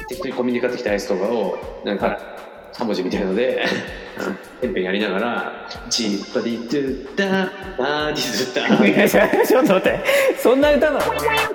適当にコンビニで買ってきたアイスとかをなんか3文字みたいのでペンペンやりながらジッパディドゥッダバーディドゥッダちょっと待って、そんな歌なの？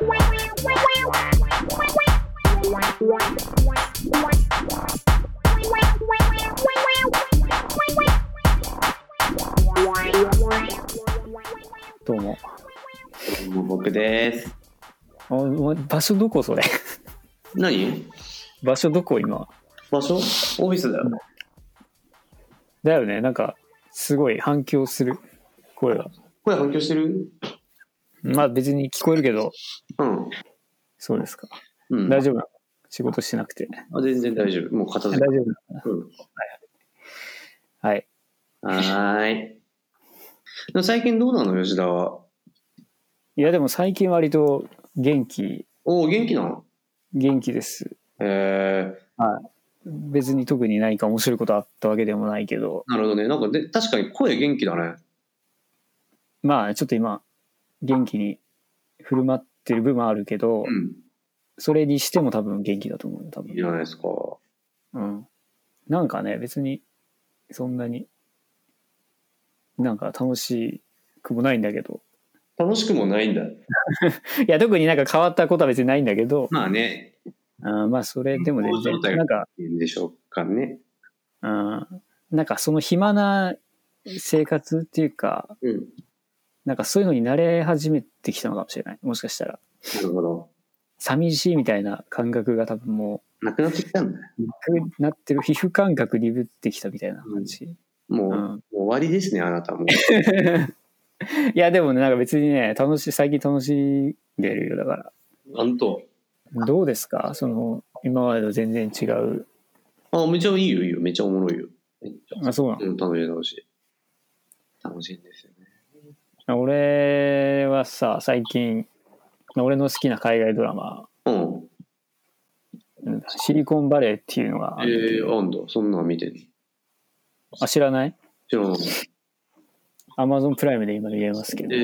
どうも。 僕です。 場所どこそれ？ 何？ 場所どこ今？ 場所？オフィスだよ。 だよね。なんかすごい反響する声が。 声反響してる？ まあ別に聞こえるけど。 うん。 そうですか。 うん。 大丈夫なの？仕事しなくて。 あ、全然大丈夫。もう片付け。 大丈夫なの？うん。はい。 はい。最近どうなの吉田は？ いやでも最近割と元気。 おお、元気なの？ 元気です。はい。別に特に何か面白いことあったわけでもないけど。 なるほどね。なんかで確かに声元気だね。 まあちょっと今元気に振る舞ってる部分あるけど、 うん、それにしても多分元気だと思う。多分。 いいじゃないですか。 うん。なんかね、別にそんなになんか楽しくもないんだけど。 楽しくもないんだ。いや特になんか変わったことは別にないんだけど。 まあね。 まあそれでも全然なんかいいんでしょうかね。 なんかその暇な生活っていうか、 うん、なんかそういうのに慣れ始めてきたのかもしれない。もしかしたら。 なるほど。 寂しいみたいな感覚が多分もうなくなってきたんだよ。 なくなってる、皮膚感覚鈍ってきたみたいな感じ。 もう終わりですね、あなたも。 いやでもね、なんか別にね、最近楽しんでるよ。だから。どうですか？その今までと全然違う。 めっちゃいいよ、めっちゃおもろいよ。 そうなの？ 楽しいんですよね。 俺はさ、最近俺の好きな海外ドラマ、シリコンバレーっていうのがある。 あんだ、そんなの見てる。 知らない？ 知らない。 Amazon プライムで今見れますけど、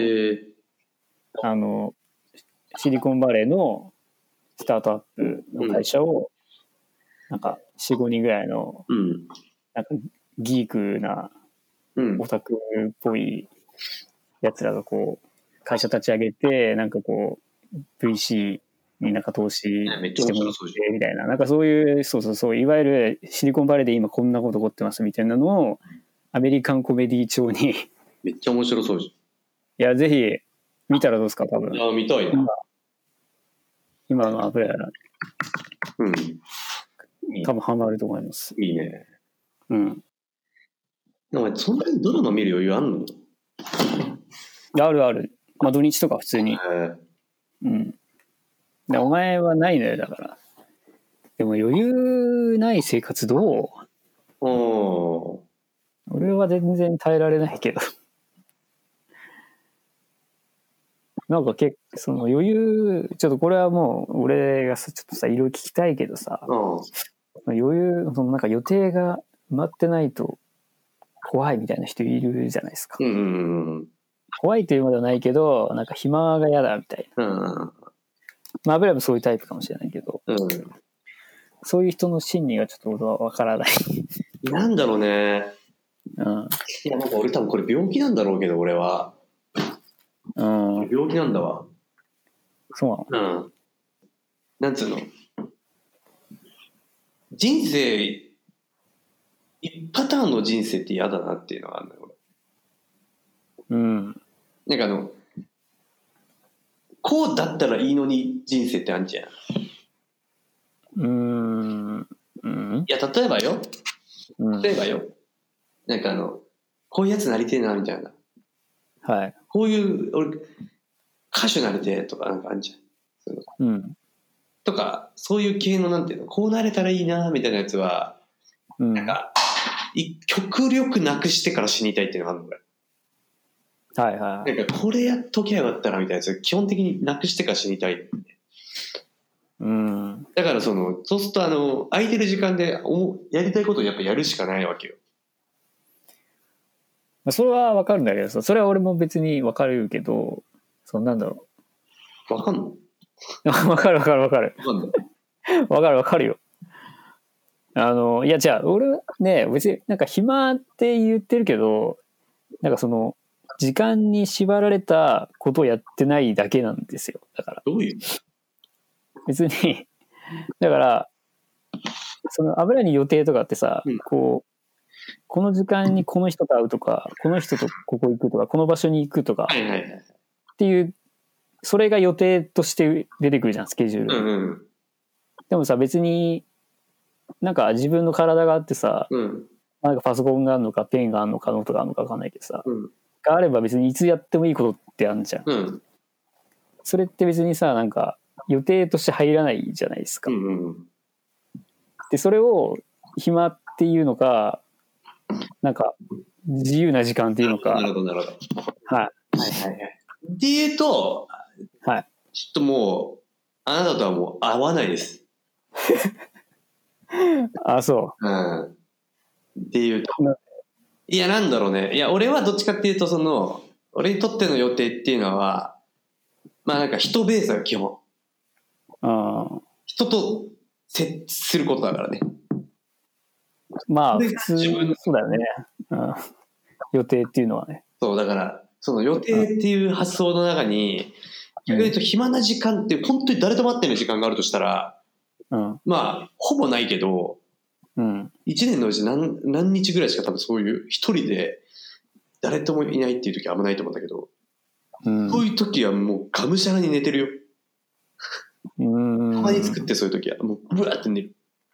シリコンバレーのスタートアップの会社を、なんか 4,5 人ぐらいの、なんかギークなオタクっぽいやつらがこう会社立ち上げて、なんかこう VC になんか投資してもらってみたいな、なんかそういう、そういわゆるシリコンバレーで今こんなこと起こってますみたいなのをアメリカンコメディ調にめっちゃ面白そうじゃん。いやぜひ見たらどうですか？多分。 見たいな。 今のアプリなら多分ハマると思います。 いいね。そんなにドラマ見る余裕あんの？ ある。まあ土日とか普通に。でお前はないのよ、だから。でも余裕ない生活どう？俺は全然耐えられないけど。なんかその余裕、ちょっとこれはもう俺がちょっとさ、いろいろ聞きたいけどさ、余裕、なんか予定が埋まってないと怖いみたいな人いるじゃないですか。怖いというまではないけど、なんか暇が嫌だみたいな。まあ、油もそういうタイプかもしれないけど、そういう人の心理がちょっと俺は分からない。 なんだろうね。いや、なんか俺多分これ病気なんだろうけど、俺は。病気なんだわ。 そうなの？ なんつうの。人生、一パターンの人生って嫌だなっていうのがあるんだよ、俺。なんかこうだったらいいのに人生ってあんじゃん。いや、例えばよ。なんかこういうやつなりてえな、みたいな。 はい。 こういう、俺、歌手なりてえとかなんかあんじゃん。とか、そういう系のなんていうの、こうなれたらいいな、みたいなやつは、なんか、極力なくしてから死にたいっていうのがあるの、俺。なんか、これやっときゃよかったら、みたいなやつ、基本的になくしてから死にたい。だからそうすると空いてる時間でやりたいことをやっぱやるしかないわけよ。 それは分かるんだけどさ、それは俺も別に分かるけど、なんだろう。 分かんの？ 分かる。分かるよ。 いや、じゃあ、俺ね、別になんか暇って言ってるけど、なんかその、時間に縛られたことをやってないだけなんですよ。だから。 どういう？ 別に、だから、その油に予定とかってさ、この時間にこの人と会うとか、この人とここ行くとか、この場所に行くとか、っていう、それが予定として出てくるじゃん、スケジュール。でもさ、別に、なんか自分の体があってさ、なんかパソコンがあるのか、ペンがあるのか、ノートがあるのか分かんないけどさ、があれば別にいつやってもいいことってあるじゃん。それって別にさ、なんか予定として入らないじゃないですか。で、それを暇っていうのか、なんか自由な時間っていうのか。 なるほど。はい。っていうと、 はい。 ちょっともう、あなたとはもう合わないです。 あ、そう。 っていうと。いや、なんだろうね。いや、俺はどっちかっていうと、俺にとっての予定っていうのは、まあなんか人ベースが基本。人と接することだからね。 まあ、普通、そうだよね。予定っていうのはね。 そう、だから、その予定っていう発想の中に、逆に言うと暇な時間って、本当に誰と待ってる時間があるとしたら、まあ、ほぼないけど、1年のうち何日ぐらいしか多分そういう一人で誰ともいないっていう時はあんまないと思うんだけど、そういう時はもうがむしゃらに寝てるよ。たまに作ってそういう時はもうブワーって寝る。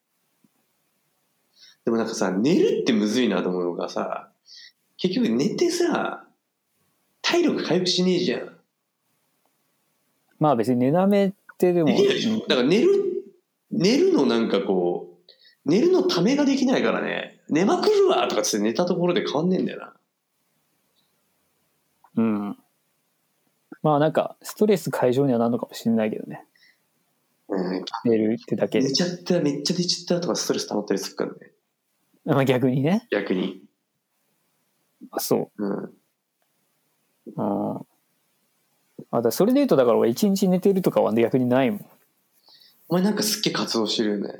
でもなんかさ、寝るってむずいなと思うのがさ、結局寝てさ、体力回復しねえじゃん。 まあ別に寝だめってでも。 だから寝るのなんかこう、寝るのためができないからね、寝まくるわとかって寝たところで変わんねえんだよな。まあなんかストレス解消にはなるのかもしれないけどね。寝るってだけで。 めっちゃ寝ちゃったとかストレス溜まったりするからね。 まあ逆にね。 逆に。 あ、そう。だそれで言うとだから俺一日寝てるとかは逆にないもん。 お前なんかすっげえ活動してるよね。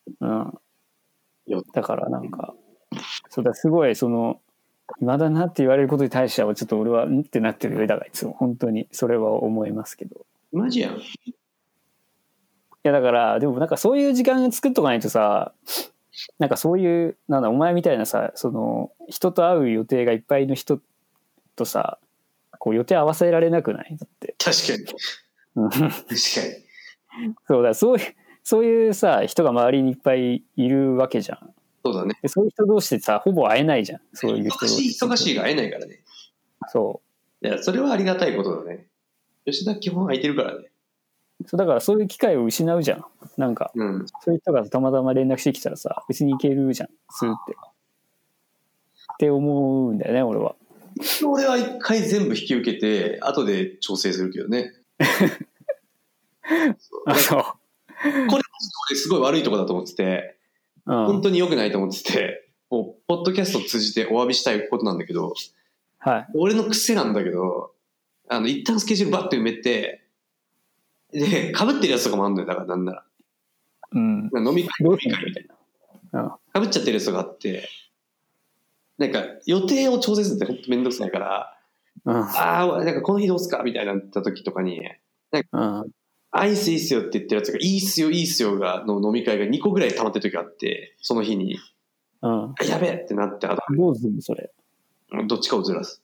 だからなんかそうだ、すごい暇だなって言われることに対してはちょっと俺はってなってるよ。だからいつも本当にそれは思いますけど。 マジやん。いやだからでもなんかそういう時間作っとかないとさ、なんかそういうなんだお前みたいなさ、人と会う予定がいっぱいの人とさ、こう予定合わせられなくない？だって確かに確かにそうだ、そういうさ人が周りにいっぱいいるわけじゃん。 そうだね。 そういう人同士でさほぼ会えないじゃん。そういう人忙しいが会えないからね。 そう。 いやそれはありがたいことだね。吉田基本空いてるからね。 そうだからそういう機会を失うじゃん。なんか、そういう人がたまたま連絡してきたらさ別に行けるじゃん。スーって思うんだよね俺は。 俺は一回全部引き受けて後で調整するけどね。 そう。これすごい悪いとこだと思ってて、本当に良くないと思ってて、もうポッドキャストを通じてお詫びしたいことなんだけど、俺の癖なんだけど、一旦スケジュールバッて埋めて、で被ってるやつとかもあるんだよ。だからなんなら、飲み会みたいな被っちゃってるやつとかあって、なんか予定を調整するって本当めんどくさいから、なんかこの日どうすかみたいなった時とかに、なんかアイスいいっすよって言ってるやつがいいっすよの飲み会が2個ぐらい溜まってる時があって、その日に、やべえってなって、 どうするのそれ？ どっちかをずらす。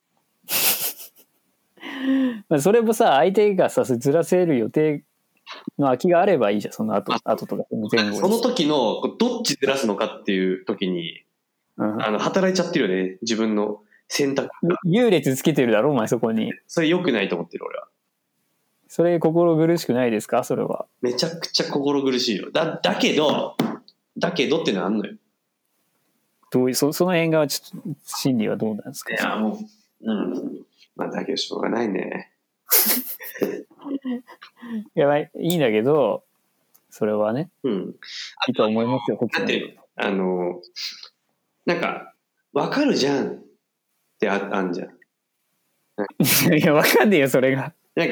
それもさ、相手がさずらせる予定の空きがあればいいじゃん。その後とか前後。 その時のどっちずらすのかっていう時に、働いちゃってるよね、自分の選択。 優劣つけてるだろお前そこに。 それ良くないと思ってる俺は。 それ心苦しくないですかそれは。 めちゃくちゃ心苦しいよ。だけどってのはあんのよ。 どういうその辺がちょっと心理はどうなんですか？ いやもうまあだけどしょうがないね。 やばいいんだけどそれはね。いいと思いますよ。 だってなんか分かるじゃんってあんじゃん。 いや分かんねえよそれが。 なんか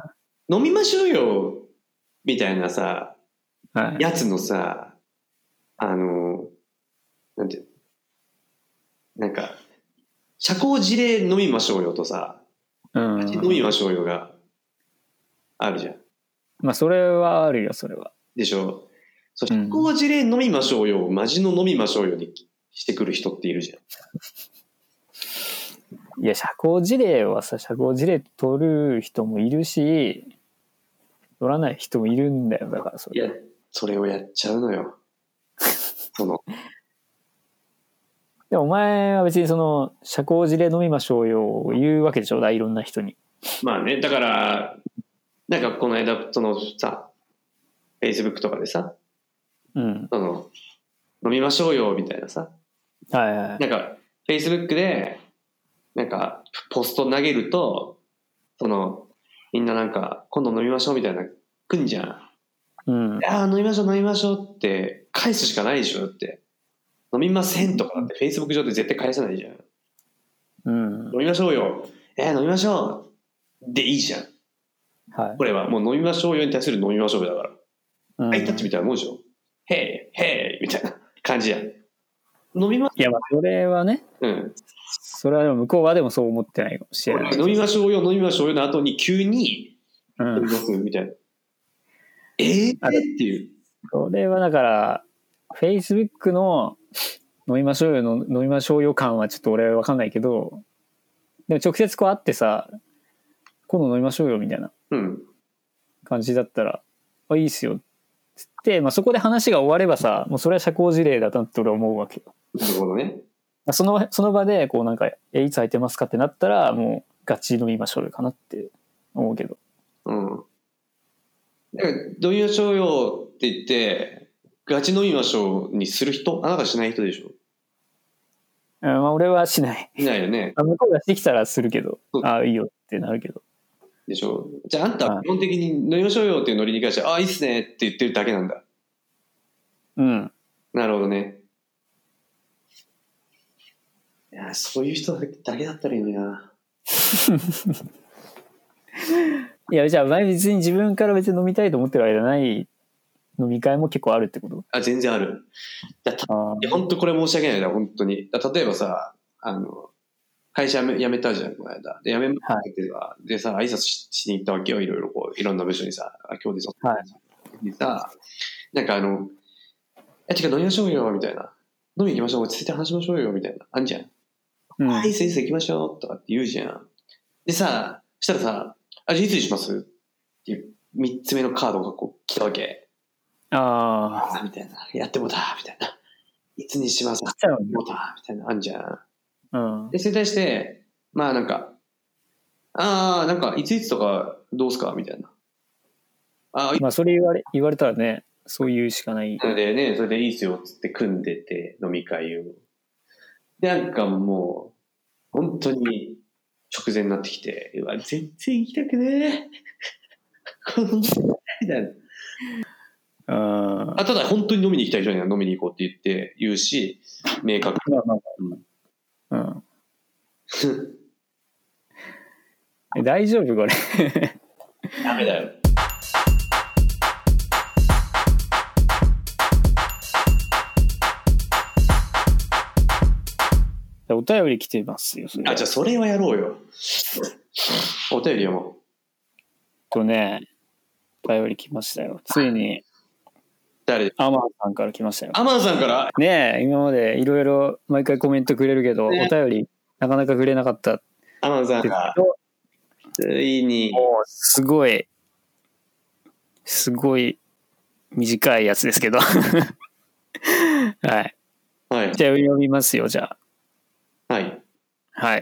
飲みましょうよみたいなさ、やつのさ、 なんていうの、なんか、社交辞令飲みましょうよとさ、飲みましょうよがあるじゃん。 まあ、それはあるよ、それは。 でしょ。そう、社交辞令飲みましょうよ、マジの飲みましょうよにしてくる人っているじゃん。いや、社交辞令はさ、社交辞令取る人もいるし、取らない人もいるんだよ、だからそれ。 いや、それをやっちゃうのよ。 でもお前は別にその社交辞令飲みましょうよを言うわけでしょ、いろんな人に。 まあね、だからなんかこの間そのさ、Facebook とかでさ、飲みましょうよみたいなさ、 はいはい、 なんか Facebook でなんかポスト投げると、みんななんか今度飲みましょうみたいな来んじゃん。ああ飲みましょう飲みましょうって返すしかないでしょって。飲みませんとかだって Facebook 上で絶対返さないじゃん。飲みましょうよ。飲みましょうでいいじゃん。 はい。 これはもう飲みましょうよに対する飲みましょうよだから。ハイタッチみたいなもんでしょ。へいへいみたいな感じやん。飲みまいやまあそれはね。それはでも向こうはでもそう思ってないかもしれない。 飲みましょうよ飲みましょうよの後に急に飲みますみたいな。っていう。 それはだから Facebook の飲みましょうよの飲みましょうよ感はちょっと俺は分かんないけど、でも直接こう会ってさ、今度飲みましょうよみたいな感じだったら、あ、いいっすよっつって、まあ、そこで話が終わればさ、もうそれは社交辞令だなって俺は思うわけよ。 なるほどね。 その場でこうなんかいつ空いてますかってなったらもうガチ飲みましょうよかなって思うけど。 だから飲みましょうよって言ってガチ飲みましょうにする人、あなたしない人でしょ。 まあ俺はしない。 いないよね。 向こうがしてきたらするけど、ああいいよってなるけど。 でしょ。じゃああんたは基本的に飲みましょうよっていうノリに関して、ああいいっすねって言ってるだけなんだ。なるほどね。いやそういう人だけだったらいいのにな。 いやじゃあ別に自分から別に飲みたいと思ってるわけじゃない飲み会も結構あるってこと？ 全然ある。本当これ申し訳ないな本当に。例えばさ、会社辞めたじゃんこの間。で辞めまってさ、でさ挨拶しに行ったわけよ。いろいろこういろんな部署にさ、今日でさ、でさ、なんか違う飲みましょうよみたいな。飲み行きましょう落ち着いて話しましょうよみたいなあんじゃん。はい、先生行きましょうとかって言うじゃん。でさ、したらさ、じゃあいつにしますっていう3つ目のカードがこう来たわけ。みたいな。やってもだみたいな。いつにしますかもだみたいなあんじゃん。で、それに対して、まあなんか、なんかいついつとかどうすかみたいな。 まあそれ言われたらね、そういうしかない。 でね、それでいいっすよっつって組んでて、飲み会を。で、なんかもう、本当に直前になってきて、うわ、全然行きたくねえ。みたいな。ただ本当に飲みに行きたい人には飲みに行こうって言うし、明確に。 大丈夫これ。 ダメだよ。 お便り来てますよ。 じゃあそれはやろうよ。お便り読もう。お便り来ましたよ。ついに。 誰？ アマンさんから来ましたよ。 アマンさんから？ ねえ、今までいろいろ毎回コメントくれるけど、お便りなかなかくれなかった。 アマンさんがついに。 すごい短いやつですけど。はい。じゃあ読みますよ、じゃあ。はい。 はい。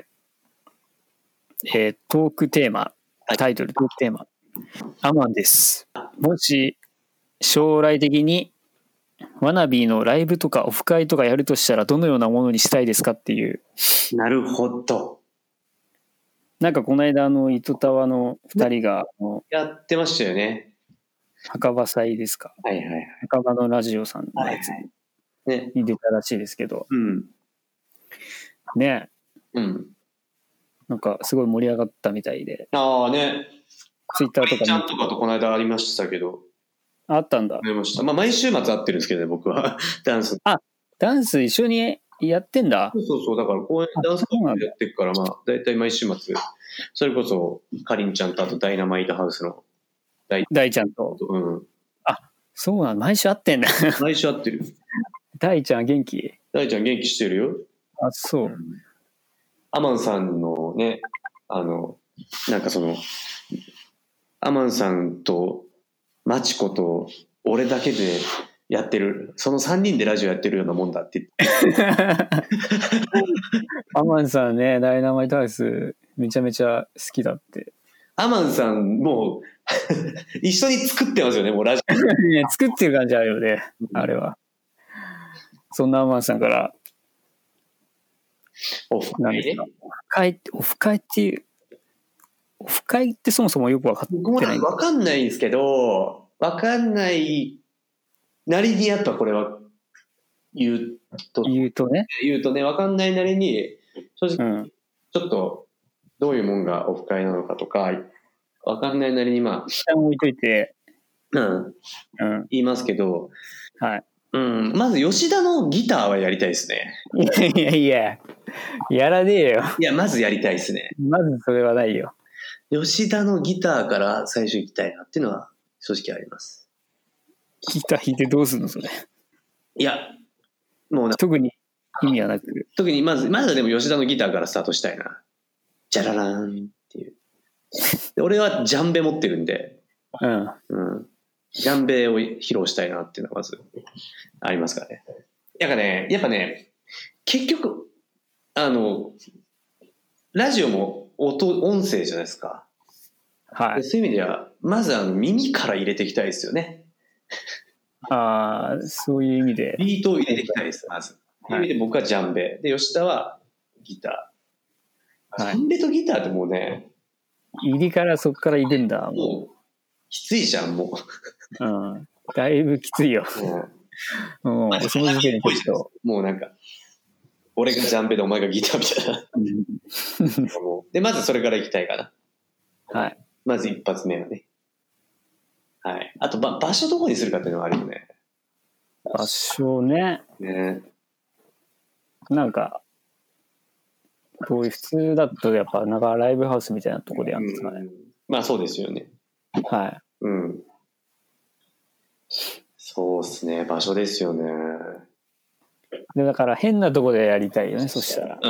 トークテーマ、タイトル、トークテーマ。アマンです。もし、将来的に、ワナビーのライブとかオフ会とかやるとしたら、どのようなものにしたいですかっていう。 なるほど。 なんかこの間、糸タワの2人が、 やってましたよね。 墓場祭ですか。墓場のラジオさんのやつに出たらしいですけど。ねえ。なんかすごい盛り上がったみたいで。 ね。 ツイッターとかちゃんとかとこの間ありましたけど。 あったんだ。 ありました。まあ毎週末会ってるんですけどね、僕は。ダンス。 ダンス一緒にやってんだ。 そう。だからダンス公演やってるから、まあ大体毎週末、それこそかりんちゃんとあとダイナマイトハウスの大ちゃんと。 うん。 そうなん、毎週会ってんだ。 毎週会ってる。 大ちゃん元気？ 大ちゃん元気してるよ。 そう。 アマンさんのね、なんかアマンさんとマチコと俺だけでやってる、その3人でラジオやってるようなもんだって言って。 アマンさんね、ダイナマイトハウスめちゃめちゃ好きだって。 アマンさんもう一緒に作ってますよね、もうラジオ。 作ってる感じあるよね、あれは。そんなアマンさんからオフ会ね。 オフ会っていう、オフ会ってそもそもよく分かってない。 分かんないんですけど、分かんないなりにやっぱこれは言うとね、分かんないなりに正直ちょっとどういうもんがオフ会なのかとか分かんないなりにまあ一旦置いといて、 言いますけど、 はい。 まず吉田のギターはやりたいですね。 いややらねえよ。 いやまずやりたいですね。 まずそれはないよ。 吉田のギターから最初行きたいなっていうのは正直あります。 ギター弾いてどうすんのそれ。いやもう特に意味はなく、 特にまずでも吉田のギターからスタートしたいな。ジャララーンっていう。で俺はジャンベ持ってるんで、ジャンベを披露したいなっていうのがまずありますからね。やっぱね、結局ラジオも音声じゃないですか。 はい。 そういう意味ではまず耳から入れていきたいですよね。 そういう意味でビートを入れていきたいです、まず。そういう意味で僕はジャンベで吉田はギター。ジャンベとギターってもうね、 入りからそっから行くんだ。 もうきついじゃん、もう。だいぶきついよ。その時点でちょっともうなんか俺がジャンベでお前がギターみたいな。でまずそれから行きたいかな。 はい。 まず一発目はね。はい。あと場所どこにするかっていうのはあるよね。 場所ね。なんかどういう普通だとやっぱなんかライブハウスみたいなところでやるんですかね。 まあそうですよね。 はい。 そうですね、場所ですよね。 でだから変なとこでやりたいよね、そしたら。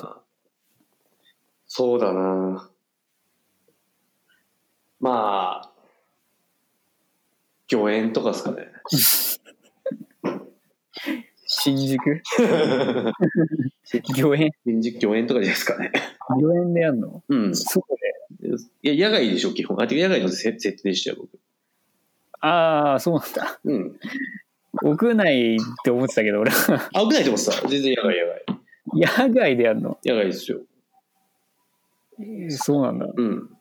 そうだな。まあ御苑とかですかね。 新宿御苑とかですかね。 御苑でやるの？ そうで。いや野外でしょ基本。野外の設定でしたよ僕。 そうなんだ。屋内って思ってたけど俺は。 屋内でもさ、全然野外。 野外でやるの？ 野外ですよ。 そうなんだ。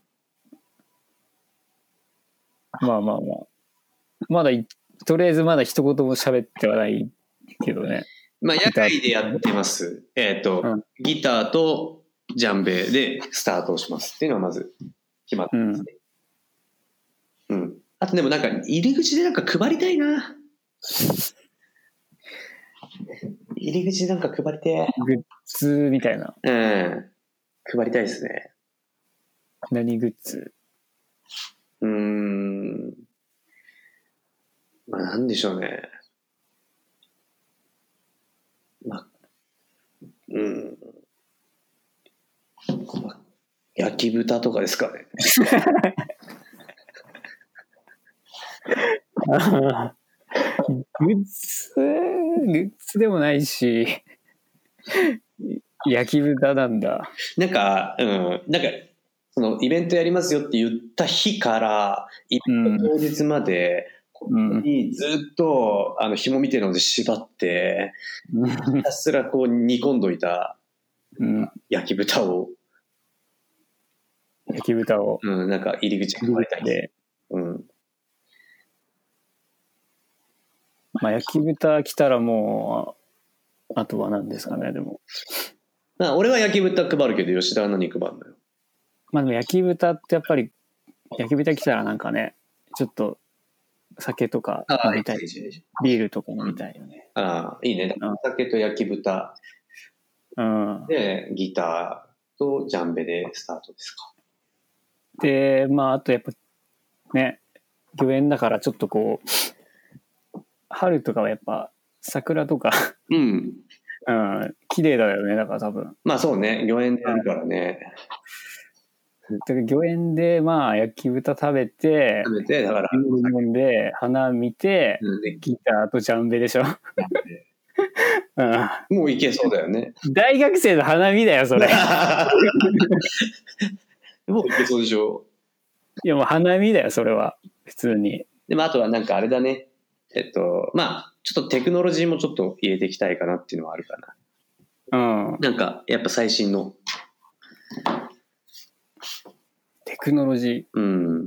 まあまだとりあえずまだ一言も喋ってはないけどね。 まあ野外でやってます。ギターとジャンベでスタートをしますっていうのはまず決まってますね。あとでもなんか入り口でなんか配りたいな。入り口でなんか配りてグッズみたいな。 配りたいですね。 何グッズ？ まあなんでしょうね。焼き豚とかですかね。 グッズでもないし焼き豚なんだ。 なんかそのイベントやりますよって言った日からイベント当日まで、にずっと紐みたいなので縛ってひたすらこう煮込んどいた焼き豚をなんか入り口に配りたいんで、 まあ焼き豚来たらもうあとは何ですかね。でも俺は焼き豚配るけど吉田は何配るのよ。 まあでも焼き豚ってやっぱり焼き豚来たらなんかねちょっと酒とか飲みたい。ビールとか飲みたいよね。 ああ、いいね。お酒と焼き豚。で、ギターとジャンベでスタートですか。 で、まあ、あとやっぱ、ね、御苑だからちょっとこう、春とかはやっぱ、桜とかうん。綺麗だよね、だから多分。 まあそうね、御苑であるからね。 だから御苑で、まあ、焼き豚食べて、 だから、 飲んで、花見て、ギターとジャンベでしょ。 もういけそうだよね。 大学生の花見だよ、それ。 もういけそうでしょ。 いや、もう花見だよ、それは。普通に。 でもあとはなんかあれだね。まあ、ちょっとテクノロジーもちょっと入れていきたいかなっていうのはあるかな。なんか、やっぱ最新の。 テクノロジー。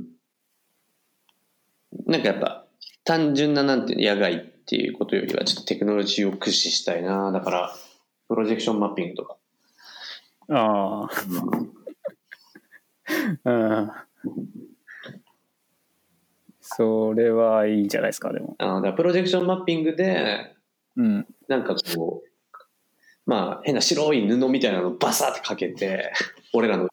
なんかやっぱ、単純ななんていうの、野外っていうことよりはちょっとテクノロジーを駆使したいな。だから、プロジェクションマッピングとか。ああ。それはいいんじゃないですか、でも。 だからプロジェクションマッピングで、なんかこう、まあ変な白い布みたいなのをバサってかけて、俺らの、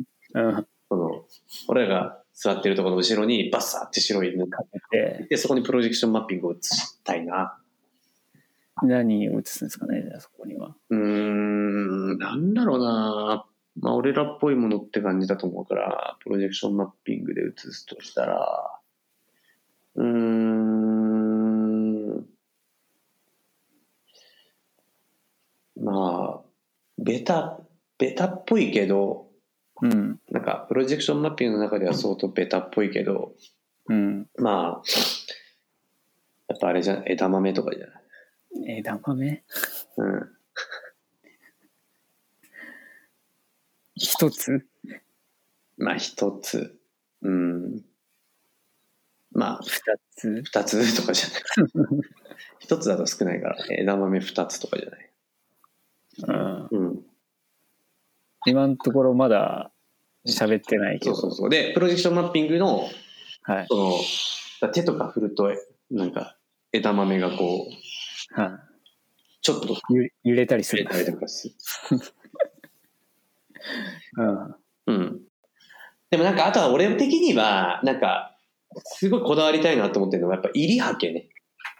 俺らが座ってるところの後ろにバサって白い布かけて、で、そこにプロジェクションマッピングを映したいな。 何を映すんですかね、そこには。 なんだろうな。まあ俺らっぽいものって感じだと思うから、プロジェクションマッピングで映すとしたら、まあ、ベタっぽいけど、なんか、プロジェクションマッピングの中では相当ベタっぽいけど、まあ、やっぱあれじゃ、枝豆とかじゃない。 枝豆？一つ？ まあ、一つ。まあ、二つとかじゃない。一つだと少ないから、枝豆二つとかじゃない。 今のところまだ喋ってないけど。 そう。で、プロジェクションマッピングの、手とか振ると、なんか、枝豆がこう、ちょっと揺れたりする。 でもなんか、あとは俺的には、なんか、すごいこだわりたいなと思ってるのは、やっぱ入りはけね。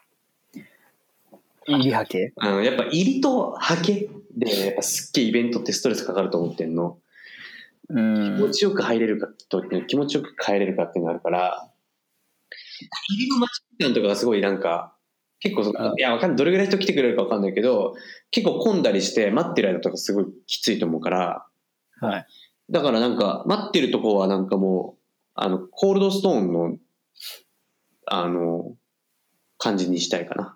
入りはけ？ やっぱ入りとはけで、やっぱすっげえイベントってストレスかかると思ってんの。気持ちよく入れるかと、気持ちよく帰れるかっていうのがあるから、入りの待ち時間とかがすごいなんか、結構いや、わかんない。どれぐらい人来てくれるかわかんないけど、結構混んだりして待ってる間とかすごいきついと思うから、だからなんか、待ってるとこはなんかもう、コールドストーンの、感じにしたいかな。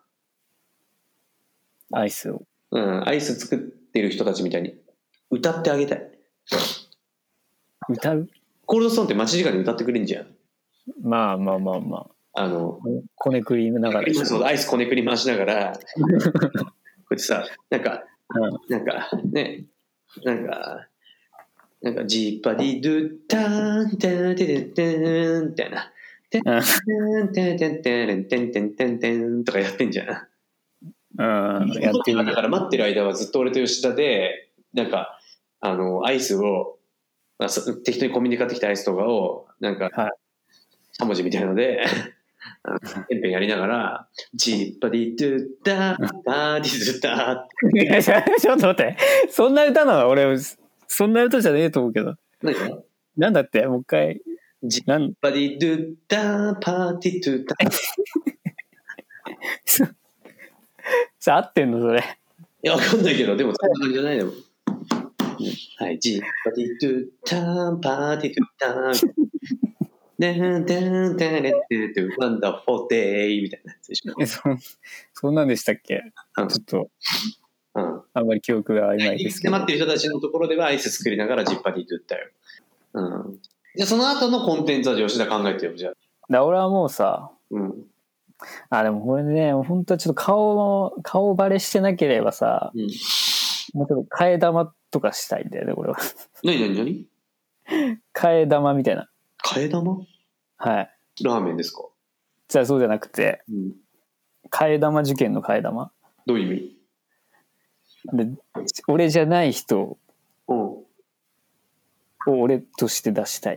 アイスを。 アイス作ってる人たちみたいに歌ってあげたい。 歌う？ コールドストーンって待ち時間に歌ってくれんじゃん。 まあ。こねくりながら。 そう、アイスこねくり回しながら、こうやってさ、なんかね、なんか、ジーパディドゥターン、テンテンテンみたいな。テンテンテンテンテンテンテンテンテンとかやってんじゃん。やってる。だから待ってる間はずっと俺と吉田で、なんか、アイスを、適当にコンビニで買ってきたアイスとかを、なんか、しゃもじみたいので、ペンペンやりながら、ジッパディドゥダー、バーディドゥダー。ちょっと待って。そんな歌なの？俺、そんな歌じゃねえと思うけど。なんだって？もう一回。 ジッパディドゥダー、パーティドゥダー。 合ってんのそれ？ いや、わかんないけど、でもそんな感じじゃないの。はい、ジッパディドゥダー、パーティドゥダー。でんでんでんでんでんワンダフォーデイみたいなやつでしょ。 そんなんでしたっけ？ちょっと、あんまり記憶が曖昧ですけど。 待ってる人たちのところではアイス作りながらジッパディドゥったよ。で、その後のコンテンツは吉田考えてよ、じゃあ。 俺はもうさ、でもこれね、本当はちょっと顔バレしてなければさ、もうちょっと替え玉とかしたいんだよね、これは。 何替え玉みたいな。 替え玉？ はい。 ラーメンですか？ じゃあそうじゃなくて、替え玉受験の替え玉。 どういう意味で、俺じゃない人を俺として出したい。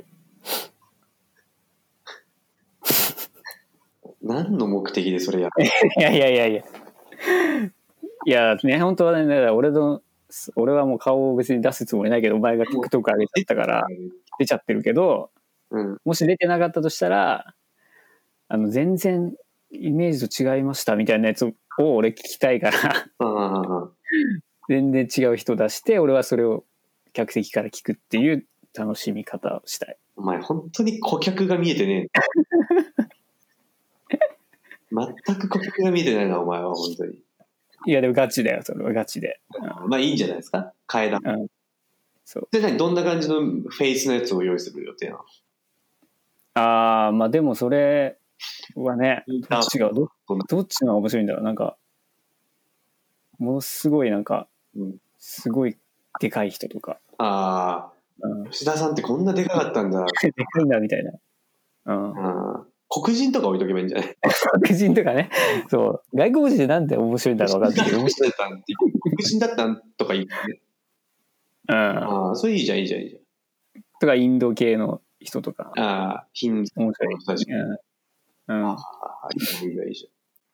何の目的でそれやるいやいやね、本当はね、俺はもう顔を別に出すつもりないけど、お前が TikTok 上げちゃったから出ちゃってるけど、もし出てなかったとしたら、全然イメージと違いましたみたいなやつを俺聞きたいから全然違う人出して、俺はそれを客席から聞くっていう楽しみ方をしたい。 お前本当に顧客が見えてねえ全く顧客が見えてないな、お前は本当に。 いやでもガチだよ、それはガチで。 まあいいんじゃないですか、替え玉。そうで、どんな感じのフェイスのやつを用意する予定なの？ まあでもそれはね、どっちが面白いんだろう。なんかものすごいなんか、すごいでかい人とか。 吉田さんってこんなでかかったんだ。 でかいんだみたいな。 黒人とか置いとけばいいんじゃない？ 黒人とかね。そう。外国人でなんで面白いんだろう分かんないけど。 面白い黒人だったんとか言ってね。それいいじゃん。 とかインド系の人とか。 ヒンドゥーの人たち。いいじゃん。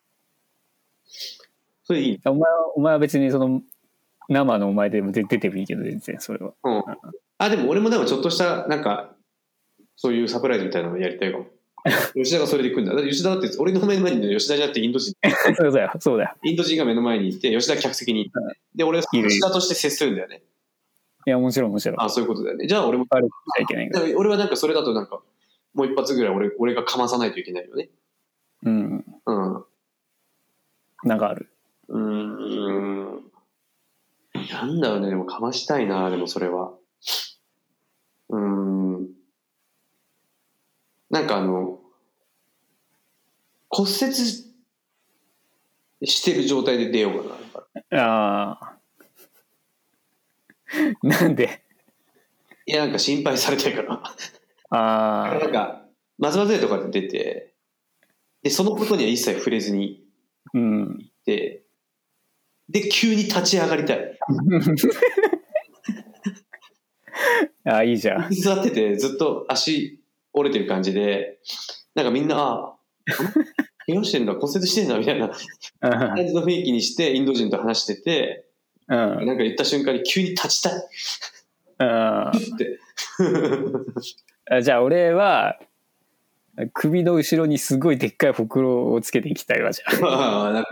それいい。 お前は別にその生のお前でも出てもいいけど全然それは。 でも俺もでもちょっとしたなんかそういうサプライズみたいなのやりたいかも。吉田がそれで行くんだ。吉田だって俺の目の前に吉田じゃなくてインド人。 そうだよ。 インド人が目の前にいて吉田客席に行って、で俺は吉田として接するんだよね。 いやもちろん。そういうことだよね。じゃあ俺も俺はなんかそれだとなんかもう一発ぐらい俺がかまさないといけないよね。 なんかある。 なんだろうね、でもかましたいな、でもそれは。なんか骨折してる状態で出ようかな。なんで？ いや、なんか心配されてるから。なんか、松葉杖とかで出て、で、そのことには一切触れずに行って、で、急に立ち上がりたい。 いいじゃん。 座ってて、ずっと足折れてる感じで、なんかみんな、怪我してんだ、骨折してんだ、みたいな感じの雰囲気にして、インド人と話してて、なんか言った瞬間に急に立ちたい。ってじゃあ俺は、首の後ろにすごいでっかいほくろをつけていきたいわ、じゃあ。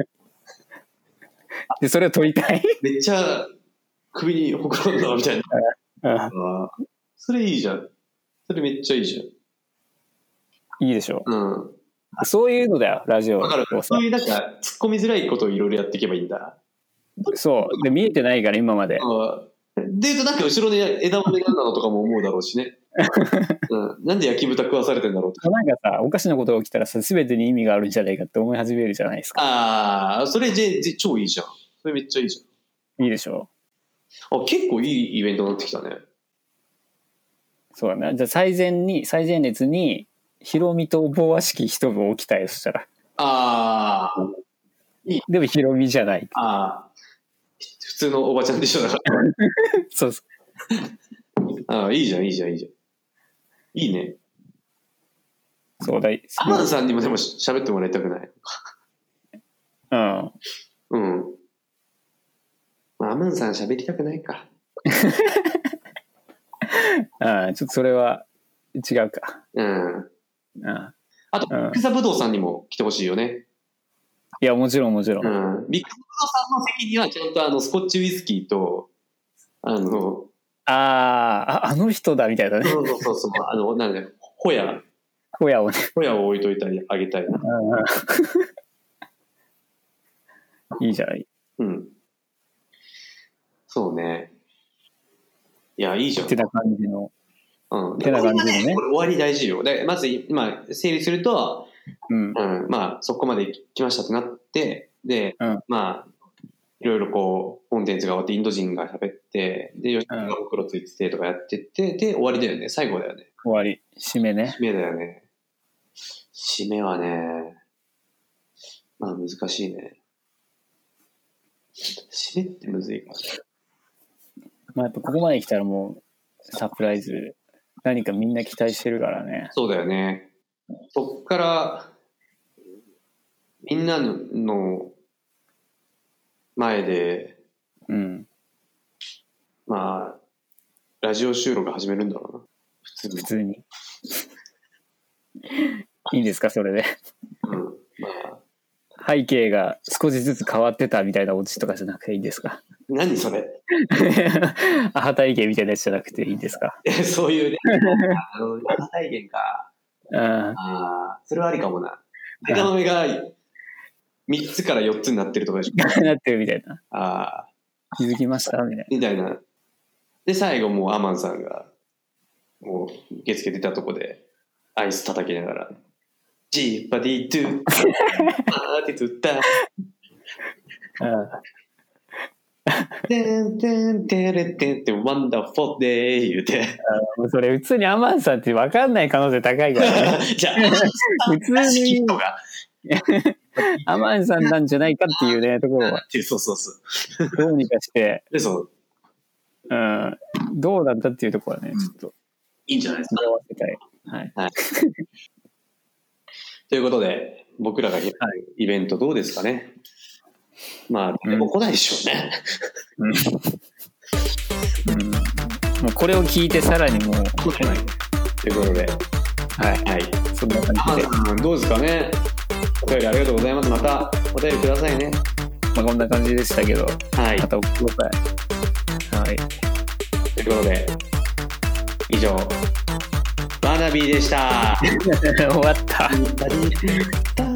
で、それを取りたい。 めっちゃ首にほくろだみたいな。それいいじゃん。それめっちゃいいじゃん。 いいでしょ。そういうのだよ、ラジオ。 だからそういうなんか突っ込みづらいことをいろいろやっていけばいいんだ。 そうで見えてないから今まで。 でいうとなんか後ろで枝豆なんだろうとかも思うだろうしね。なんで焼き豚食わされてんだろうとか。 なんかさ、おかしなことが起きたらさ、全てに意味があるんじゃないかって思い始めるじゃないですか。それ超いいじゃん。それめっちゃいいじゃん。いいでしょ。 結構いいイベントになってきたね。 そうだね。じゃあ最前列にヒロミとボア式一部置きたいとしたら。いい。でもヒロミじゃない。 普通のおばちゃんでしょだから。 そうそう。 いいじゃん。いいね。 そうだい。 アマンさんにもでも喋ってもらいたくない？まあ、アマンさん喋りたくないか。 ちょっとそれは違うか。 あと、ビッグザブドウさんにも来てほしいよね。 いや、もちろん。 ビッグザブドウさんの席にはちゃんとスコッチウイスキーと、 あの人だみたいなね。 そう。なんだよ、ホヤを置いといてあげたいな。 いいじゃない。 そうね。いや、いいじゃん。 ってな感じの。 ってな感じのね。これ終わり大事よ。で、まず今整理すると、まあそこまで来ましたってなって、で、まあいろいろこうコンテンツが終わってインド人が喋って、で吉田がほくろついててとかやってって、で終わりだよね。最後だよね。 終わり。締めね。 締めだよね。 締めはね、まあ難しいね。締めってむずいから。 まあやっぱここまで来たらもうサプライズ、何かみんな期待してるからね。 そうだよね。そっからみんなの前で、 うん、 まあラジオ収録始めるんだろうな。 普通に。いいんですかそれで。 うん。まあ背景が少しずつ変わってたみたいなオチとかじゃなくていいんですか？ 何それ？ アハ体験みたいなやつじゃなくていいんですか？ そういうね。アハ体験か。ああ、それはありかもな。デカの目が3つから4つになってるとかでしょ。 なってるみたいな。 ああ。 気づきましたみたいな。で、最後もうアマンさんが、もう受付出たとこで、アイス叩きながら、ジーパディトゥ、パーティトゥッタてんてんてれてんてワンダフォーデー言うて。 それ普通にアマンさんって分かんない可能性高いからね。 じゃあ、 普通にアマンさんなんじゃないかっていうね、ところは。 そう。 どうにかして。 で、そう。 うん。どうだったっていうところはね、ちょっと。 いいんじゃないですか。 わせたい。はい。はい、 ということで、僕らが開くイベントどうですかね。まあ、でも来ないでしょうね。 もうこれを聞いてさらにもう来ない。 ということで、はい。 そんな感じで。 どうですかね。お便りありがとうございます。またお便りくださいね。 まあこんな感じでしたけど、 はい。 また送ってください。はい。 ということで、以上、バーナビーでした。 終わった。